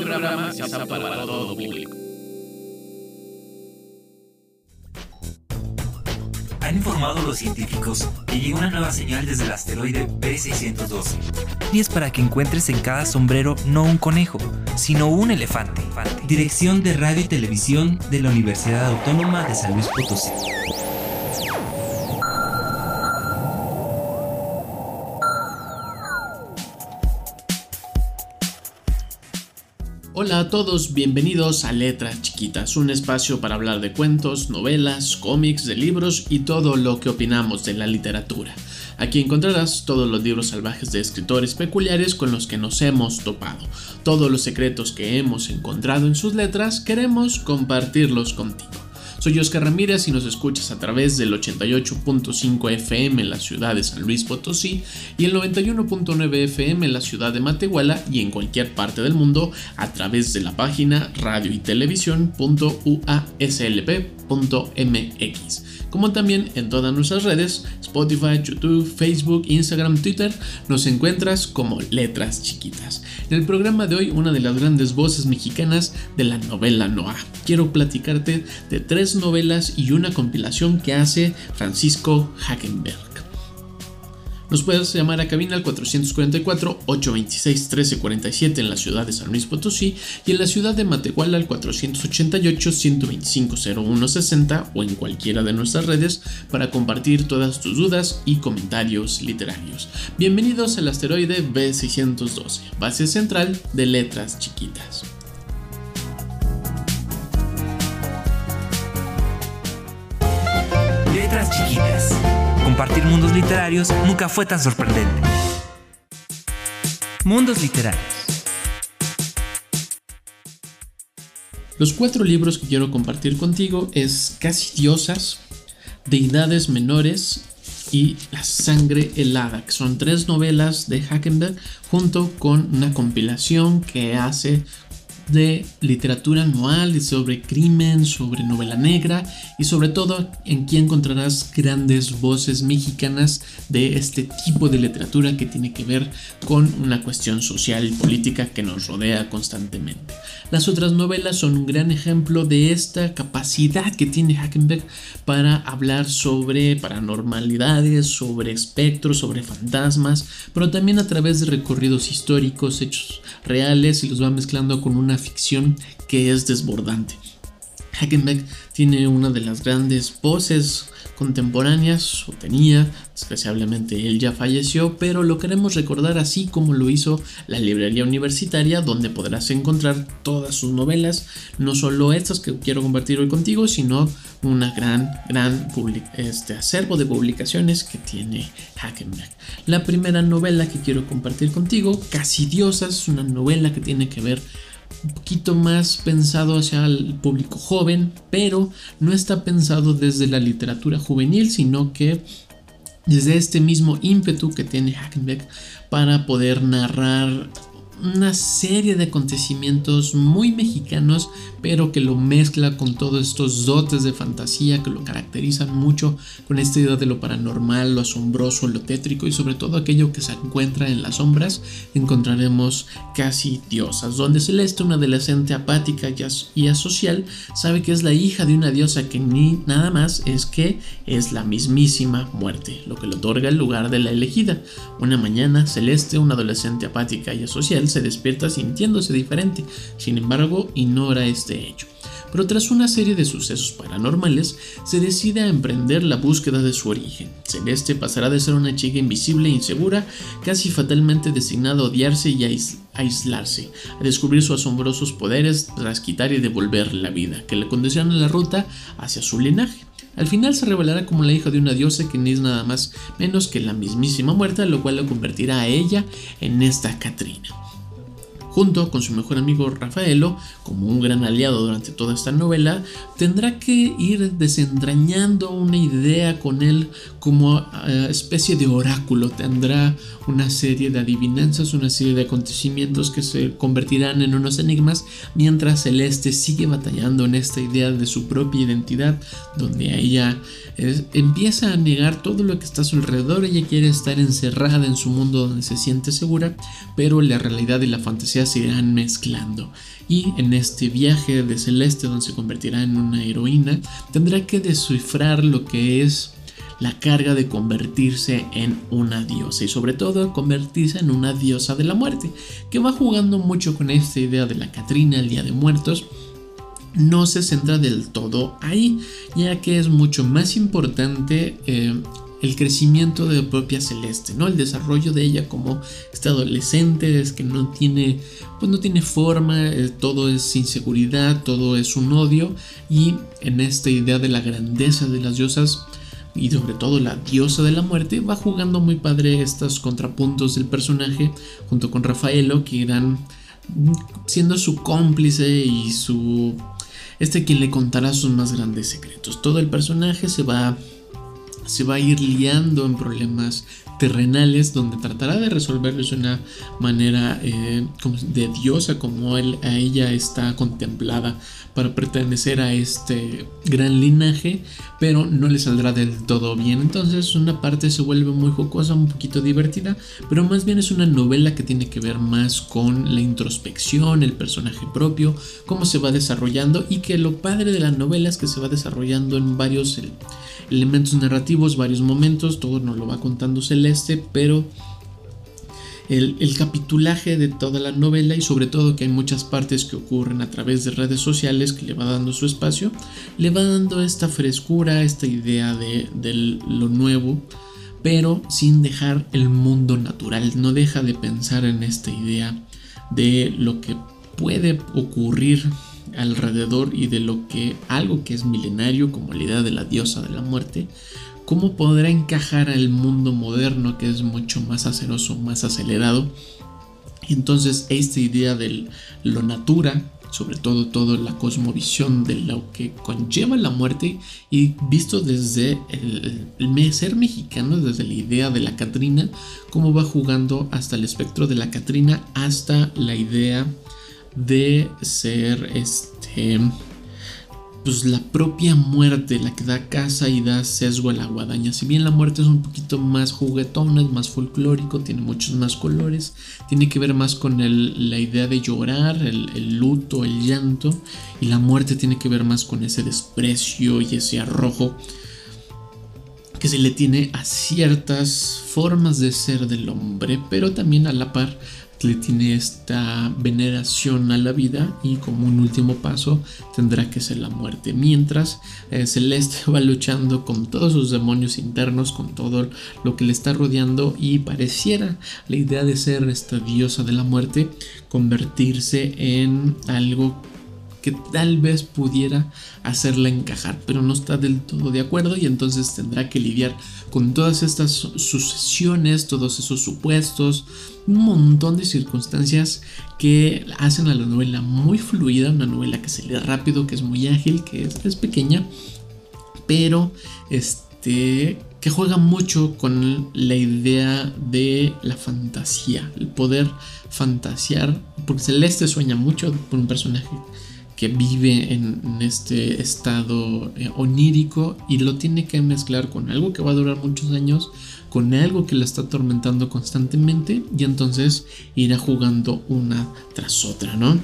programa es apto para todo público. Han informado los científicos que llega una nueva señal desde el asteroide B612. Y es para que encuentres en cada sombrero no un conejo, sino un elefante. Dirección de Radio y Televisión de la Universidad Autónoma de San Luis Potosí. Hola a todos, bienvenidos a Letras Chiquitas, un espacio para hablar de cuentos, novelas, cómics, de libros y todo lo que opinamos de la literatura. Aquí encontrarás todos los libros salvajes de escritores peculiares con los que nos hemos topado. Todos los secretos que hemos encontrado en sus letras, queremos compartirlos contigo. Soy Oscar Ramírez y nos escuchas a través del 88.5 FM en la ciudad de San Luis Potosí y el 91.9 FM en la ciudad de Matehuala y en cualquier parte del mundo a través de la página radioytelevisión.uaslp.mx, como también en todas nuestras redes, Spotify, YouTube, Facebook, Instagram, Twitter, nos encuentras como Letras Chiquitas. En el programa de hoy, una de las grandes voces mexicanas de la novela noir. Quiero platicarte de 3 novelas y una compilación que hace Francisco Hackenberg. Nos puedes llamar a cabina al 444-826-1347 en la ciudad de San Luis Potosí y en la ciudad de Matehuala al 488-125-0160 o en cualquiera de nuestras redes para compartir todas tus dudas y comentarios literarios. Bienvenidos al asteroide B612, base central de Letras Chiquitas. Letras Chiquitas. Compartir mundos literarios nunca fue tan sorprendente. Mundos literarios. Los 4 libros que quiero compartir contigo es Casi Diosas, Deidades Menores y La Sangre Helada, que son 3 novelas de Hackenberg junto con una compilación que hace de literatura noir y sobre crimen, sobre novela negra y sobre todo en que encontrarás grandes voces mexicanas de este tipo de literatura que tiene que ver con una cuestión social y política que nos rodea constantemente. Las otras novelas son un gran ejemplo de esta capacidad que tiene Hackenberg para hablar sobre paranormalidades, sobre espectros, sobre fantasmas, pero también a través de recorridos históricos, hechos reales, y los va mezclando con una ficción que es desbordante. Hackenberg tiene una de las grandes voces contemporáneas, o tenía, desgraciadamente él ya falleció, pero lo queremos recordar así como lo hizo la librería universitaria, donde podrás encontrar todas sus novelas, no solo estas que quiero compartir hoy contigo, sino una gran acervo de publicaciones que tiene Hackenberg. La primera novela que quiero compartir contigo, Casi Diosas, es una novela que tiene que ver un poquito más pensado hacia el público joven, pero no está pensado desde la literatura juvenil, sino que desde este mismo ímpetu que tiene Hackenberg para poder narrar una serie de acontecimientos muy mexicanos, pero que lo mezcla con todos estos dotes de fantasía que lo caracterizan mucho, con esta idea de lo paranormal, lo asombroso, lo tétrico y sobre todo aquello que se encuentra en las sombras. Encontraremos Casi Diosas, donde Celeste, una adolescente apática y asocial, sabe que es la hija de una diosa que ni nada más es que es la mismísima muerte, lo que le otorga el lugar de la elegida. Una mañana, Celeste, una adolescente apática y asocial, se despierta sintiéndose diferente, sin embargo ignora este hecho. Pero tras una serie de sucesos paranormales, se decide a emprender la búsqueda de su origen. Celeste pasará de ser una chica invisible e insegura, casi fatalmente destinada a odiarse y a aislarse, a descubrir sus asombrosos poderes tras quitar y devolver la vida, que le conducirán a la ruta hacia su linaje. Al final se revelará como la hija de una diosa que ni es nada más menos que la mismísima muerte, lo cual la convertirá a ella en esta Catrina. Junto con su mejor amigo Rafaelo, como un gran aliado durante toda esta novela, tendrá que ir desentrañando una idea con él como especie de oráculo. Tendrá una serie de adivinanzas, una serie de acontecimientos que se convertirán en unos enigmas, mientras Celeste sigue batallando en esta idea de su propia identidad, donde ella empieza a negar todo lo que está a su alrededor. Ella quiere estar encerrada en su mundo donde se siente segura, pero la realidad y la fantasía ideas se irán mezclando. Y en este viaje de Celeste, donde se convertirá en una heroína, tendrá que descifrar lo que es la carga de convertirse en una diosa, y sobre todo convertirse en una diosa de la muerte, que va jugando mucho con esta idea de la Catrina, el Día de Muertos. No se centra del todo ahí, ya que es mucho más importante el crecimiento de la propia Celeste, ¿no? El desarrollo de ella como esta adolescente, es que no tiene forma, todo es inseguridad, todo es un odio, y en esta idea de la grandeza de las diosas y sobre todo la diosa de la muerte, va jugando muy padre estos contrapuntos del personaje junto con Rafaelo, que irán siendo su cómplice y quien le contará sus más grandes secretos. Todo el personaje se va a ir liando en problemas terrenales, donde tratará de resolverlos de una manera de diosa, como ella está contemplada para pertenecer a este gran linaje, pero no le saldrá del todo bien. Entonces una parte se vuelve muy jocosa, un poquito divertida, pero más bien es una novela que tiene que ver más con la introspección, el personaje propio, cómo se va desarrollando, y que lo padre de la novela es que se va desarrollando en varios elementos narrativos, varios momentos. Todo nos lo va contando Celeste, pero el capitulaje de toda la novela, y sobre todo que hay muchas partes que ocurren a través de redes sociales, que le va dando su espacio, le va dando esta frescura, esta idea de lo nuevo, pero sin dejar el mundo natural. No deja de pensar en esta idea de lo que puede ocurrir alrededor, y de algo que es milenario, como la idea de la diosa de la muerte, cómo podrá encajar al mundo moderno, que es mucho más aceroso, más acelerado. Y entonces esta idea de lo natura, sobre todo toda la cosmovisión de lo que conlleva la muerte, y visto desde el ser mexicano, desde la idea de la Catrina, cómo va jugando hasta el espectro de la Catrina, hasta la idea de ser pues la propia muerte, la que da casa y da sesgo a la guadaña. Si bien la muerte es un poquito más juguetona, es más folclórico, tiene muchos más colores, tiene que ver más con la idea de llorar, el luto, el llanto, y la muerte tiene que ver más con ese desprecio y ese arrojo que se le tiene a ciertas formas de ser del hombre, pero también a la par le tiene esta veneración a la vida, y como un último paso tendrá que ser la muerte. Mientras Celeste va luchando con todos sus demonios internos, con todo lo que le está rodeando, y pareciera la idea de ser esta diosa de la muerte convertirse en algo que tal vez pudiera hacerla encajar, pero no está del todo de acuerdo, y entonces tendrá que lidiar con todas estas sucesiones, todos esos supuestos, un montón de circunstancias que hacen a la novela muy fluida, una novela que se lee rápido, que es muy ágil, que es pequeña, pero que juega mucho con la idea de la fantasía, el poder fantasear, porque Celeste sueña mucho por un personaje que vive en este estado onírico, y lo tiene que mezclar con algo que va a durar muchos años, con algo que la está atormentando constantemente, y entonces irá jugando una tras otra, ¿no?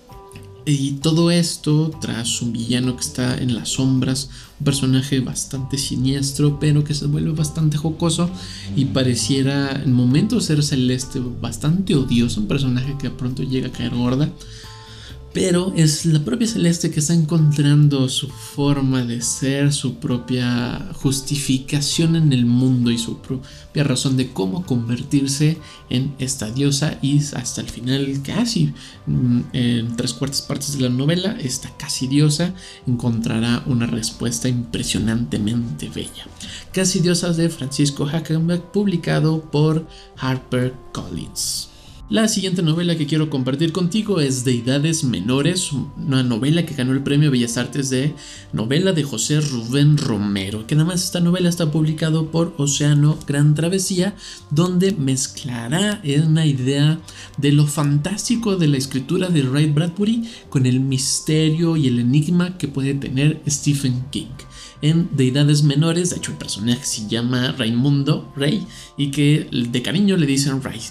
Y todo esto tras un villano que está en las sombras, un personaje bastante siniestro, pero que se vuelve bastante jocoso, y pareciera en momentos ser Celeste bastante odioso, un personaje que de pronto llega a caer gorda. Pero es la propia Celeste que está encontrando su forma de ser, su propia justificación en el mundo, y su propia razón de cómo convertirse en esta diosa. Y hasta el final, casi en 3/4 partes de la novela, esta casi diosa encontrará una respuesta impresionantemente bella. Casi Diosas, de Francisco Hackenbeck, publicado por HarperCollins. La siguiente novela que quiero compartir contigo es Deidades Menores, una novela que ganó el Premio Bellas Artes de Novela de José Rubén Romero, que además esta novela está publicado por Océano Gran Travesía, donde mezclará una idea de lo fantástico de la escritura de Ray Bradbury con el misterio y el enigma que puede tener Stephen King. En Deidades Menores, de hecho el personaje se llama Raimundo Rey, y que de cariño le dicen Ray.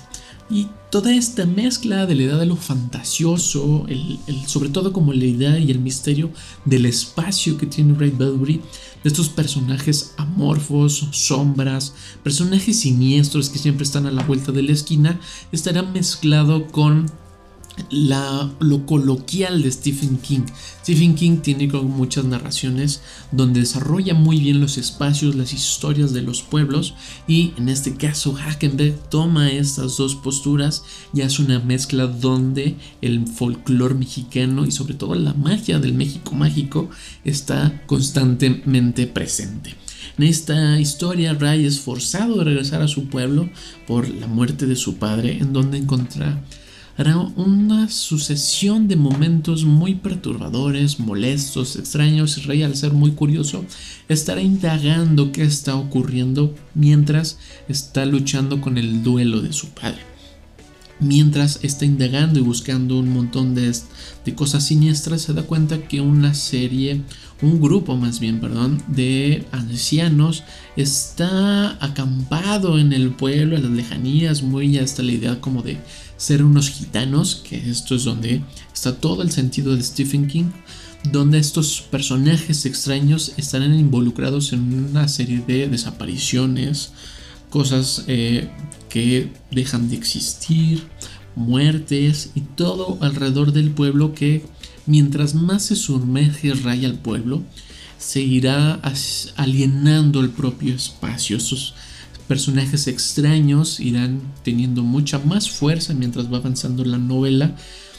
Y toda esta mezcla de la idea de lo fantasioso, sobre todo como la idea y el misterio del espacio que tiene Ray Bradbury, de estos personajes amorfos, sombras, personajes siniestros que siempre están a la vuelta de la esquina, estará mezclado con lo coloquial de Stephen King. Stephen King tiene como muchas narraciones donde desarrolla muy bien los espacios, las historias de los pueblos, y en este caso Hackenberg toma estas dos posturas y hace una mezcla donde el folclore mexicano y sobre todo la magia del México mágico está constantemente presente. En esta historia, Ray es forzado a regresar a su pueblo por la muerte de su padre, en donde encontrará una sucesión de momentos muy perturbadores, molestos, extraños, y Ray, al ser muy curioso, estará indagando qué está ocurriendo mientras está luchando con el duelo de su padre. Mientras está indagando y buscando un montón de cosas siniestras, se da cuenta que un grupo de ancianos está acampado en el pueblo, en las lejanías, muy hasta la idea como de ser unos gitanos, que esto es donde está todo el sentido de Stephen King, donde estos personajes extraños estarán involucrados en una serie de desapariciones, cosas que dejan de existir, muertes y todo alrededor del pueblo, que mientras más se sumerge Ray al pueblo, se irá alienando el propio espacio. Estos personajes extraños irán teniendo mucha más fuerza mientras va avanzando la novela,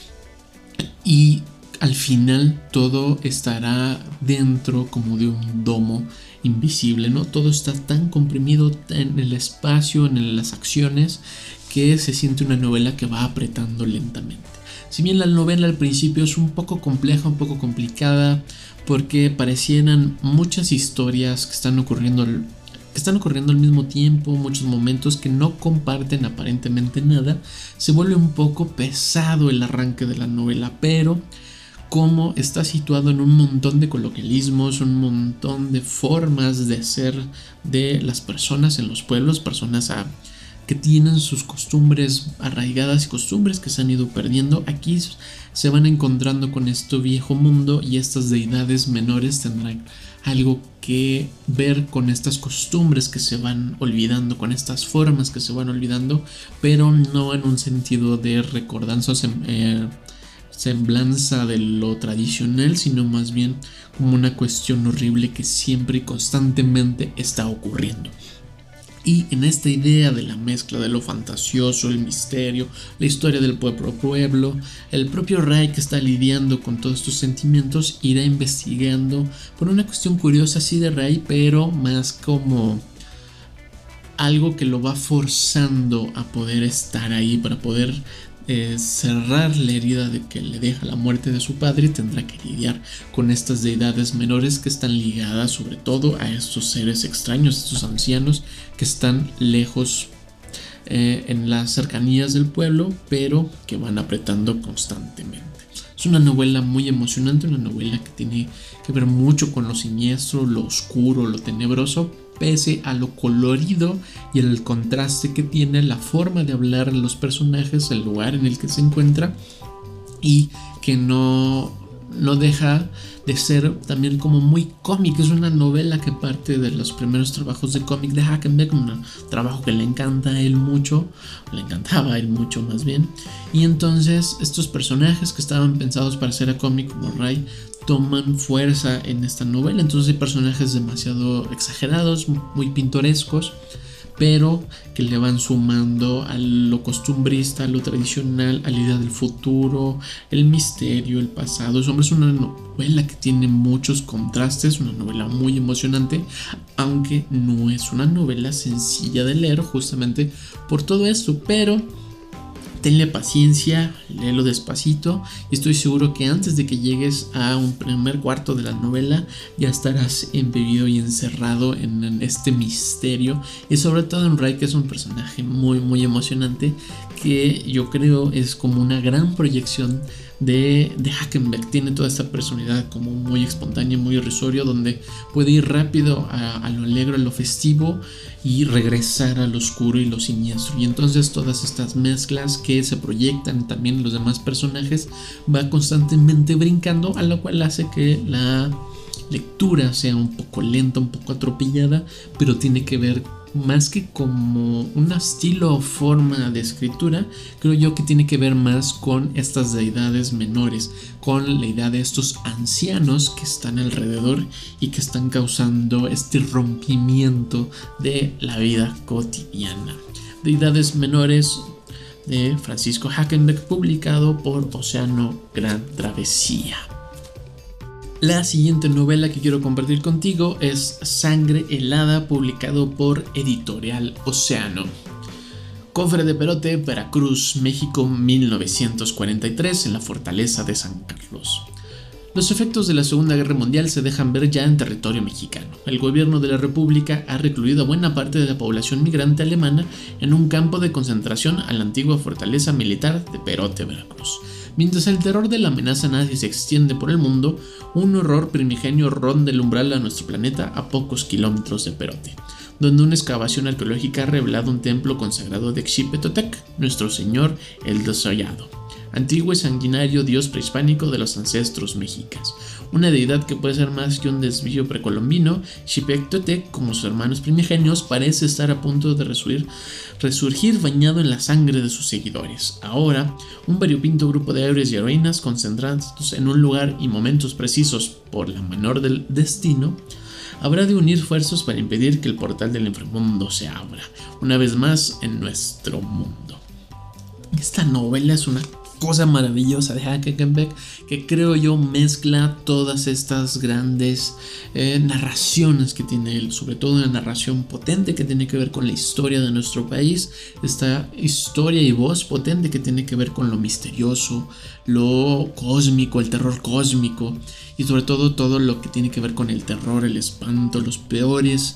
y al final todo estará dentro como de un domo invisible, ¿no? Todo está tan comprimido en el espacio, en las acciones, que se siente una novela que va apretando lentamente. Si bien la novela al principio es un poco compleja, un poco complicada, porque parecieran muchas historias que están ocurriendo al mismo tiempo, muchos momentos que no comparten aparentemente nada, se vuelve un poco pesado el arranque de la novela, pero como está situado en un montón de coloquialismos, un montón de formas de ser de las personas en los pueblos, personas que tienen sus costumbres arraigadas y costumbres que se han ido perdiendo, aquí se van encontrando con este viejo mundo, y estas deidades menores tendrán algo que ver con estas costumbres que se van olvidando, con estas formas que se van olvidando, pero no en un sentido de recordanza o semblanza de lo tradicional, sino más bien como una cuestión horrible que siempre y constantemente está ocurriendo. Y en esta idea de la mezcla de lo fantasioso, el misterio, la historia del pueblo, el propio Ray, que está lidiando con todos estos sentimientos, irá investigando por una cuestión curiosa así de Ray, pero más como algo que lo va forzando a poder estar ahí para poder cerrar la herida de que le deja la muerte de su padre. Tendrá que lidiar con estas deidades menores que están ligadas sobre todo a estos seres extraños, estos ancianos que están lejos en las cercanías del pueblo, pero que van apretando constantemente. Es una novela muy emocionante, una novela que tiene que ver mucho con lo siniestro, lo oscuro, lo tenebroso, pese a lo colorido y el contraste que tiene la forma de hablar de los personajes, el lugar en el que se encuentra, y que no deja de ser también como muy cómic. Es una novela que parte de los primeros trabajos de cómic de Hackenberg, un trabajo que le encanta a él mucho, le encantaba a él mucho más bien, y entonces estos personajes que estaban pensados para ser a cómic como Ray toman fuerza en esta novela. Entonces hay personajes demasiado exagerados, muy pintorescos, pero que le van sumando a lo costumbrista, a lo tradicional, a la idea del futuro, el misterio, el pasado. Es una novela que tiene muchos contrastes, una novela muy emocionante, aunque no es una novela sencilla de leer justamente por todo esto, pero tenle paciencia, léelo despacito y estoy seguro que antes de que llegues a un primer cuarto de la novela ya estarás embebido y encerrado en este misterio, y sobre todo en Ray, que es un personaje muy emocionante, que yo creo es como una gran proyección de Hagenbeck. Tiene toda esta personalidad como muy espontánea, muy irrisorio, donde puede ir rápido a lo alegre, a lo festivo, y regresar a lo oscuro y lo siniestro. Y entonces todas estas mezclas que se proyectan también en los demás personajes va constantemente brincando, a lo cual hace que la lectura sea un poco lenta, un poco atropellada, pero tiene que ver más que como un estilo o forma de escritura. Creo yo que tiene que ver más con estas deidades menores, con la idea de estos ancianos que están alrededor y que están causando este rompimiento de la vida cotidiana. Deidades menores de Francisco Hagenbeck, publicado por Océano Gran Travesía. La siguiente novela que quiero compartir contigo es Sangre Helada, publicado por Editorial Océano. Cofre de Perote, Veracruz, México, 1943, en la fortaleza de San Carlos. Los efectos de la Segunda Guerra Mundial se dejan ver ya en territorio mexicano. El gobierno de la República ha recluido a buena parte de la población migrante alemana en un campo de concentración a la antigua fortaleza militar de Perote, Veracruz. Mientras el terror de la amenaza nazi se extiende por el mundo, un horror primigenio ronda el umbral a nuestro planeta a pocos kilómetros de Perote, donde una excavación arqueológica ha revelado un templo consagrado de Xipetotec, nuestro señor el Desollado, antiguo y sanguinario dios prehispánico de los ancestros mexicas. Una deidad que puede ser más que un desvío precolombino, Xipetotec, como sus hermanos primigenios, parece estar a punto de resurgir bañado en la sangre de sus seguidores. Ahora, un variopinto grupo de héroes y heroínas concentrados en un lugar y momentos precisos por la menor del destino, habrá de unir fuerzas para impedir que el portal del inframundo se abra, una vez más en nuestro mundo. Esta novela es una cosa maravillosa de Hagenbeck, que creo yo mezcla todas estas grandes narraciones que tiene él, sobre todo una narración potente que tiene que ver con la historia de nuestro país, esta historia y voz potente que tiene que ver con lo misterioso, lo cósmico, el terror cósmico, y sobre todo lo que tiene que ver con el terror, el espanto, los peores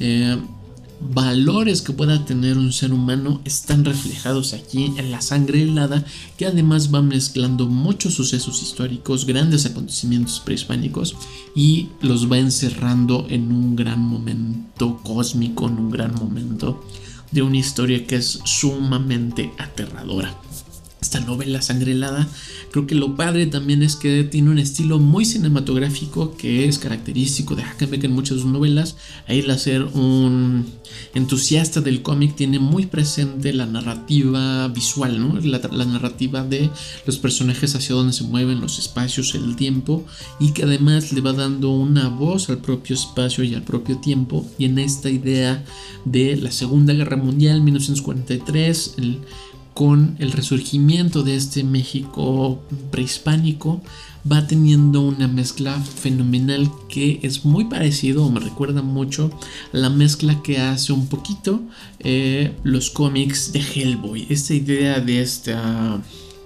valores que pueda tener un ser humano están reflejados aquí en La Sangre Helada, que además va mezclando muchos sucesos históricos, grandes acontecimientos prehispánicos, y los va encerrando en un gran momento cósmico, en un gran momento de una historia que es sumamente aterradora. Esta novela Sangre Helada, creo que lo padre también es que tiene un estilo muy cinematográfico que es característico de Hagenbeck en muchas de sus novelas. A él, al ser un entusiasta del cómic, tiene muy presente la narrativa visual, ¿no? La narrativa de los personajes, hacia dónde se mueven los espacios, el tiempo, y que además le va dando una voz al propio espacio y al propio tiempo. Y en esta idea de la Segunda Guerra Mundial, 1943, con el resurgimiento de este México prehispánico, va teniendo una mezcla fenomenal que es muy parecido, o me recuerda mucho a la mezcla que hace un poquito los cómics de Hellboy. Esta idea de esta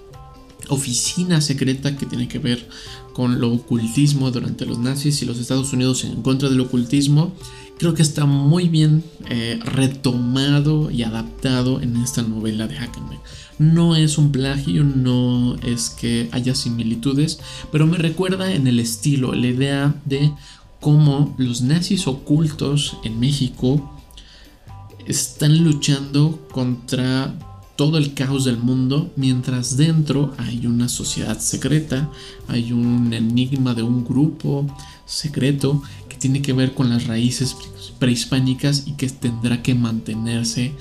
oficina secreta que tiene que ver con lo ocultismo durante los nazis y los Estados Unidos en contra del ocultismo, creo que está muy bien retomado y adaptado en esta novela de Hagenbeck. No es un plagio, no es que haya similitudes, pero me recuerda en el estilo, la idea de cómo los nazis ocultos en México están luchando contra todo el caos del mundo, mientras dentro hay una sociedad secreta, hay un enigma de un grupo secreto que tiene que ver con las raíces prehispánicas y que tendrá que mantenerse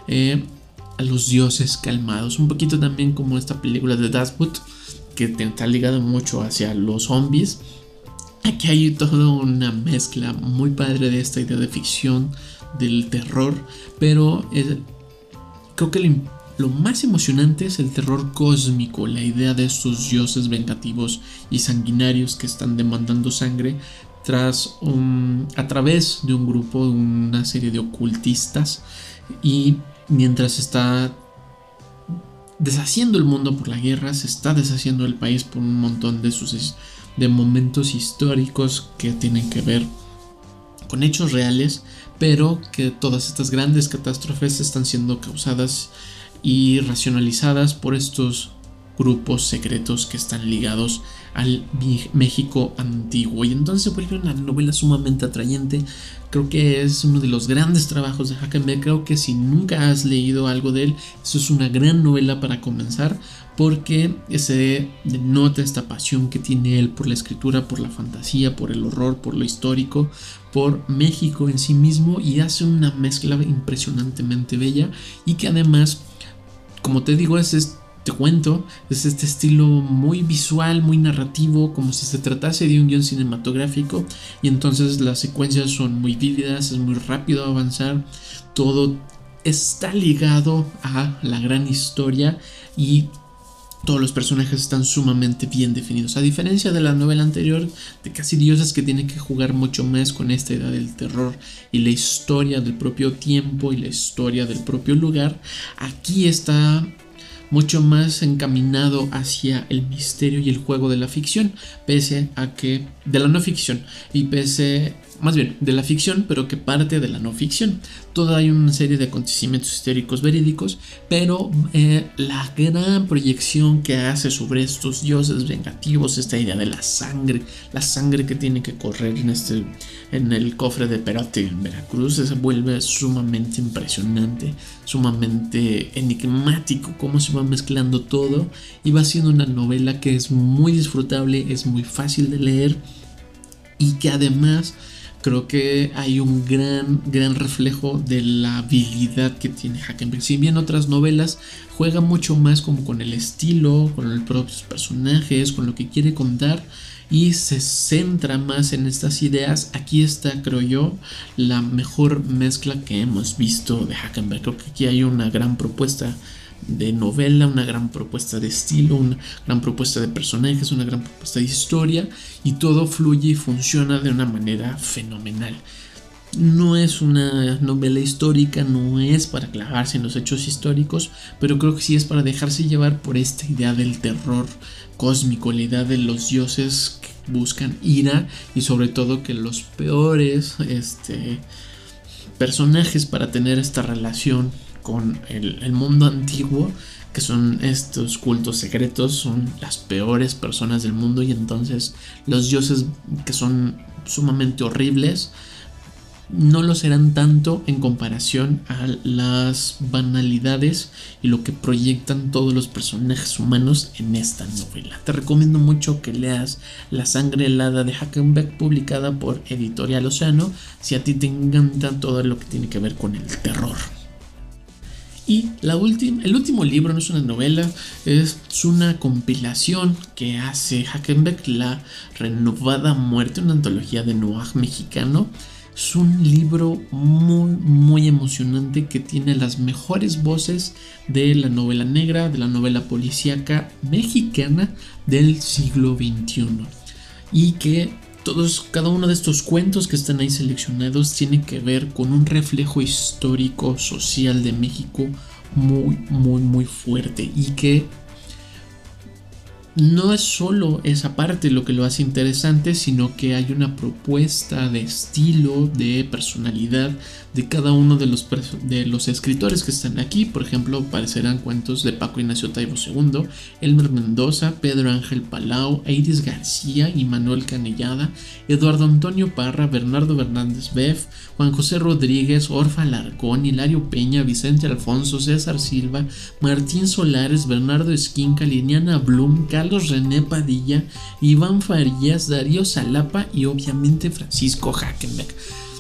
a los dioses calmados. Un poquito también como esta película de Deadwood, que está ligada mucho hacia los zombies. Aquí hay toda una mezcla muy padre de esta idea de ficción, del terror, pero creo que lo más emocionante es el terror cósmico, la idea de estos dioses vengativos y sanguinarios que están demandando sangre a través de un grupo, de una serie de ocultistas, y mientras está deshaciendo el mundo por la guerra, se está deshaciendo el país por un montón de momentos históricos que tienen que ver con hechos reales, pero que todas estas grandes catástrofes están siendo causadas y racionalizadas por estos grupos secretos que están ligados al México antiguo. Y entonces se vuelve una novela sumamente atrayente. Creo que es uno de los grandes trabajos de Hackenberg. Creo que si nunca has leído algo de él, eso es una gran novela para comenzar, porque se denota esta pasión que tiene él por la escritura, por la fantasía, por el horror, por lo histórico, por México en sí mismo, y hace una mezcla impresionantemente bella y que además, como te digo, es este estilo muy visual, muy narrativo, como si se tratase de un guión cinematográfico, y entonces las secuencias son muy vívidas, es muy rápido avanzar, todo está ligado a la gran historia y todos los personajes están sumamente bien definidos. A diferencia de la novela anterior de Casi Diosas, que tiene que jugar mucho más con esta idea del terror y la historia del propio tiempo y la historia del propio lugar, aquí está mucho más encaminado hacia el misterio y el juego de la ficción, pese a que de la no ficción, y pese más bien de la ficción, pero que parte de la no ficción. Toda hay una serie de acontecimientos históricos verídicos, pero la gran proyección que hace sobre estos dioses vengativos, esta idea de la sangre que tiene que correr en el cofre de Perote en Veracruz, se vuelve sumamente impresionante, sumamente enigmático, cómo se va mezclando todo, y va siendo una novela que es muy disfrutable, es muy fácil de leer, y que además creo que hay un gran reflejo de la habilidad que tiene Hackenberg. Si bien otras novelas juega mucho más como con el estilo, con los propios personajes, con lo que quiere contar, y se centra más en estas ideas, aquí está, creo yo, la mejor mezcla que hemos visto de Hackenberg. Creo que aquí hay una gran propuesta de novela, una gran propuesta de estilo, una gran propuesta de personajes, una gran propuesta de historia, y todo fluye y funciona de una manera fenomenal. No es una novela histórica, no es para clavarse en los hechos históricos, pero creo que sí es para dejarse llevar por esta idea del terror cósmico, la idea de los dioses que buscan ira, y sobre todo que los peores personajes para tener esta relación con el mundo antiguo, que son estos cultos secretos, son las peores personas del mundo, y entonces los dioses, que son sumamente horribles, no lo serán tanto en comparación a las banalidades y lo que proyectan todos los personajes humanos en esta novela. Te recomiendo mucho que leas La sangre helada de Hackenberg, publicada por Editorial Océano, si a ti te encanta todo lo que tiene que ver con el terror. Y el último libro no es una novela, es una compilación que hace Hackenberg, La renovada muerte, una antología de noir mexicano. Es un libro muy emocionante que tiene las mejores voces de la novela negra, de la novela policíaca mexicana del siglo XXI. Y que cada uno de estos cuentos que están ahí seleccionados tiene que ver con un reflejo histórico, social de México muy fuerte, y que no es solo esa parte lo que lo hace interesante, sino que hay una propuesta de estilo, de personalidad de cada uno de los escritores que están aquí. Por ejemplo, aparecerán cuentos de Paco Ignacio Taibo II, Elmer Mendoza, Pedro Ángel Palau, Eiris García y Manuel Canellada, Eduardo Antonio Parra, Bernardo Fernández Beff, Juan José Rodríguez, Orfa Alarcón, Hilario Peña, Vicente Alfonso, César Silva, Martín Solares, Bernardo Esquinca, Liliana Blum, Carlos René Padilla, Iván Farías, Darío Salapa y obviamente Francisco Hackenberg.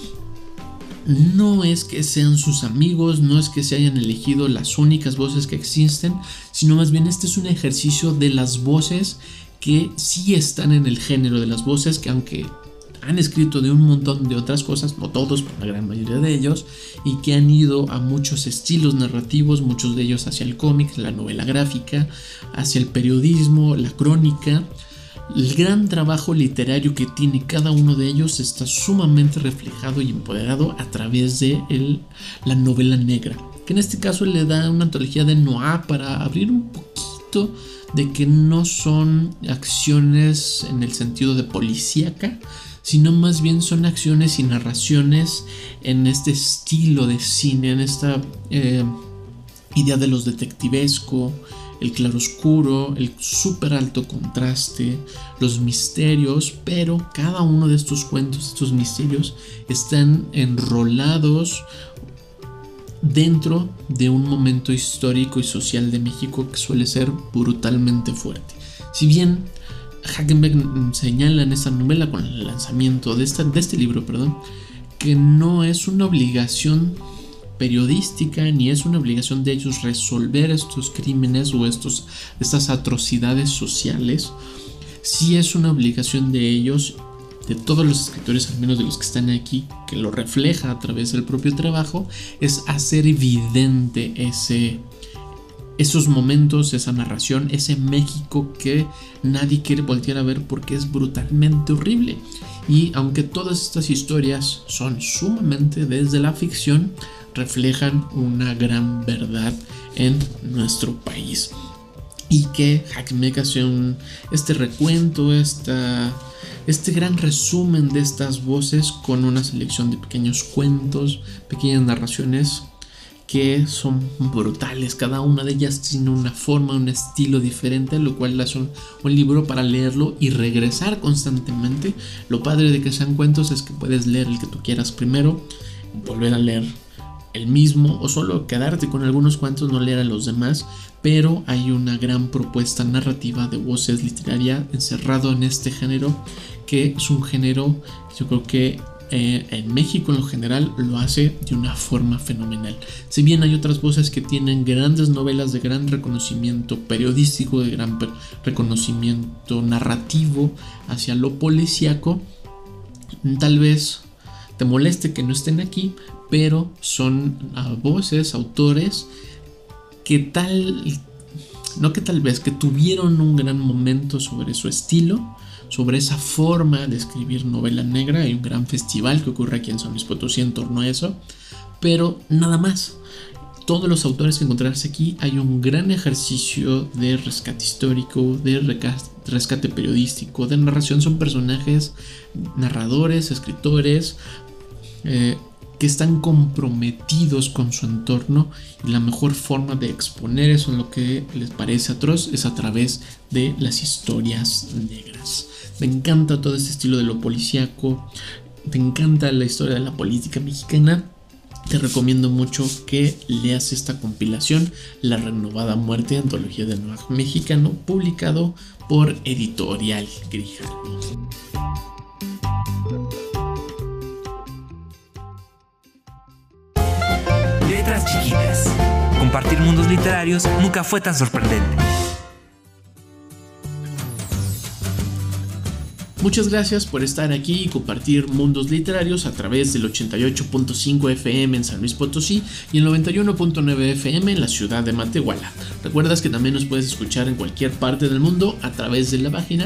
No es que sean sus amigos, no es que se hayan elegido las únicas voces que existen, sino más bien este es un ejercicio de las voces que sí están en el género de las voces, que aunque han escrito de un montón de otras cosas, no todos, pero la gran mayoría de ellos, y que han ido a muchos estilos narrativos, muchos de ellos hacia el cómic, la novela gráfica, hacia el periodismo, la crónica. El gran trabajo literario que tiene cada uno de ellos está sumamente reflejado y empoderado a través de la novela negra. que en este caso le da una antología de noir para abrir un poquito de que no son acciones en el sentido de policíaca, sino más bien son acciones y narraciones en este estilo de cine, en esta idea de los detectivesco, el claroscuro, el súper alto contraste, los misterios, pero cada uno de estos cuentos, estos misterios, están enrolados dentro de un momento histórico y social de México que suele ser brutalmente fuerte. Si bien Hackenbeck señala en esta novela, con el lanzamiento de este libro, que no es una obligación periodística ni es una obligación de ellos resolver estos crímenes o estas atrocidades sociales, sí es una obligación de ellos, de todos los escritores, al menos de los que están aquí, que lo refleja a través del propio trabajo, es hacer evidente esos momentos, esa narración, ese México que nadie quiere voltear a ver porque es brutalmente horrible. Y aunque todas estas historias son sumamente desde la ficción, reflejan una gran verdad en nuestro país. Y que Hackenbeck hace este recuento, este gran resumen de estas voces con una selección de pequeños cuentos, pequeñas narraciones que son brutales. Cada una de ellas tiene una forma, un estilo diferente, lo cual hace un libro para leerlo y regresar constantemente. Lo padre de que sean cuentos es que puedes leer el que tú quieras primero, volver a leer el mismo o solo quedarte con algunos cuentos, no leer a los demás, pero hay una gran propuesta narrativa de voces literaria encerrado en este género, que es un género que yo creo que en México en lo general lo hace de una forma fenomenal. Si bien hay otras voces que tienen grandes novelas de gran reconocimiento periodístico, de gran reconocimiento narrativo hacia lo policíaco, tal vez te moleste que no estén aquí, pero son voces, autores que que tuvieron un gran momento sobre su estilo, sobre esa forma de escribir novela negra. Hay un gran festival que ocurre aquí en San Luis Potosí en torno a eso, pero nada más. Todos los autores que encontrarse aquí, hay un gran ejercicio de rescate histórico, de rescate periodístico, de narración. Son personajes, narradores, escritores, que están comprometidos con su entorno, y la mejor forma de exponer eso en lo que les parece atroz es a través de las historias negras. Me encanta todo este estilo de lo policíaco, me encanta la historia de la política mexicana. Te recomiendo mucho que leas esta compilación, La Renovada Muerte, antología del noir mexicano, publicado por Editorial Grijalbo. Letras chiquitas. Compartir mundos literarios nunca fue tan sorprendente. Muchas gracias por estar aquí y compartir mundos literarios a través del 88.5 FM en San Luis Potosí y el 91.9 FM en la ciudad de Matehuala. Recuerdas que también nos puedes escuchar en cualquier parte del mundo a través de la página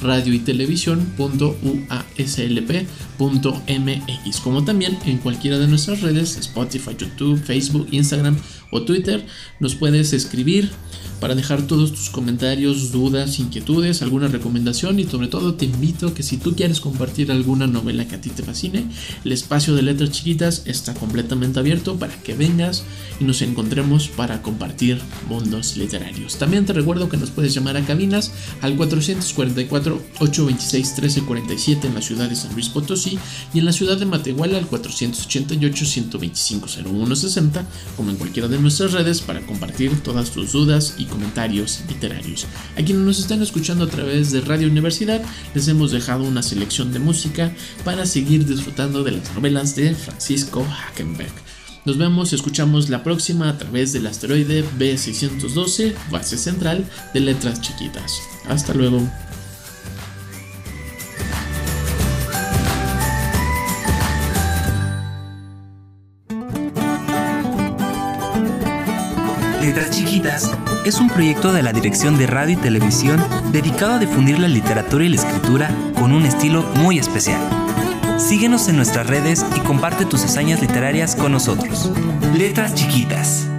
radioytelevisión.uaslp.mx, como también en cualquiera de nuestras redes, Spotify, YouTube, Facebook, Instagram o Twitter. Nos puedes escribir para dejar todos tus comentarios, dudas, inquietudes, alguna recomendación, y sobre todo te invito que si tú quieres compartir alguna novela que a ti te fascine, el espacio de Letras Chiquitas está completamente abierto para que vengas y nos encontremos para compartir mundos literarios. También te recuerdo que nos puedes llamar a cabinas al 444-826-1347 en la ciudad de San Luis Potosí y en la ciudad de Matehuala al 488-125-0160, como en cualquiera de nuestras redes, para compartir todas tus dudas y comentarios literarios. A quienes nos están escuchando a través de Radio Universidad, les hemos dejado una selección de música para seguir disfrutando de las novelas de Francisco Hackenbeck. Nos vemos y escuchamos la próxima a través del asteroide B612, base central de Letras Chiquitas. Hasta luego. Letras Chiquitas es un proyecto de la Dirección de Radio y Televisión dedicado a difundir la literatura y la escritura con un estilo muy especial. Síguenos en nuestras redes y comparte tus hazañas literarias con nosotros. Letras Chiquitas.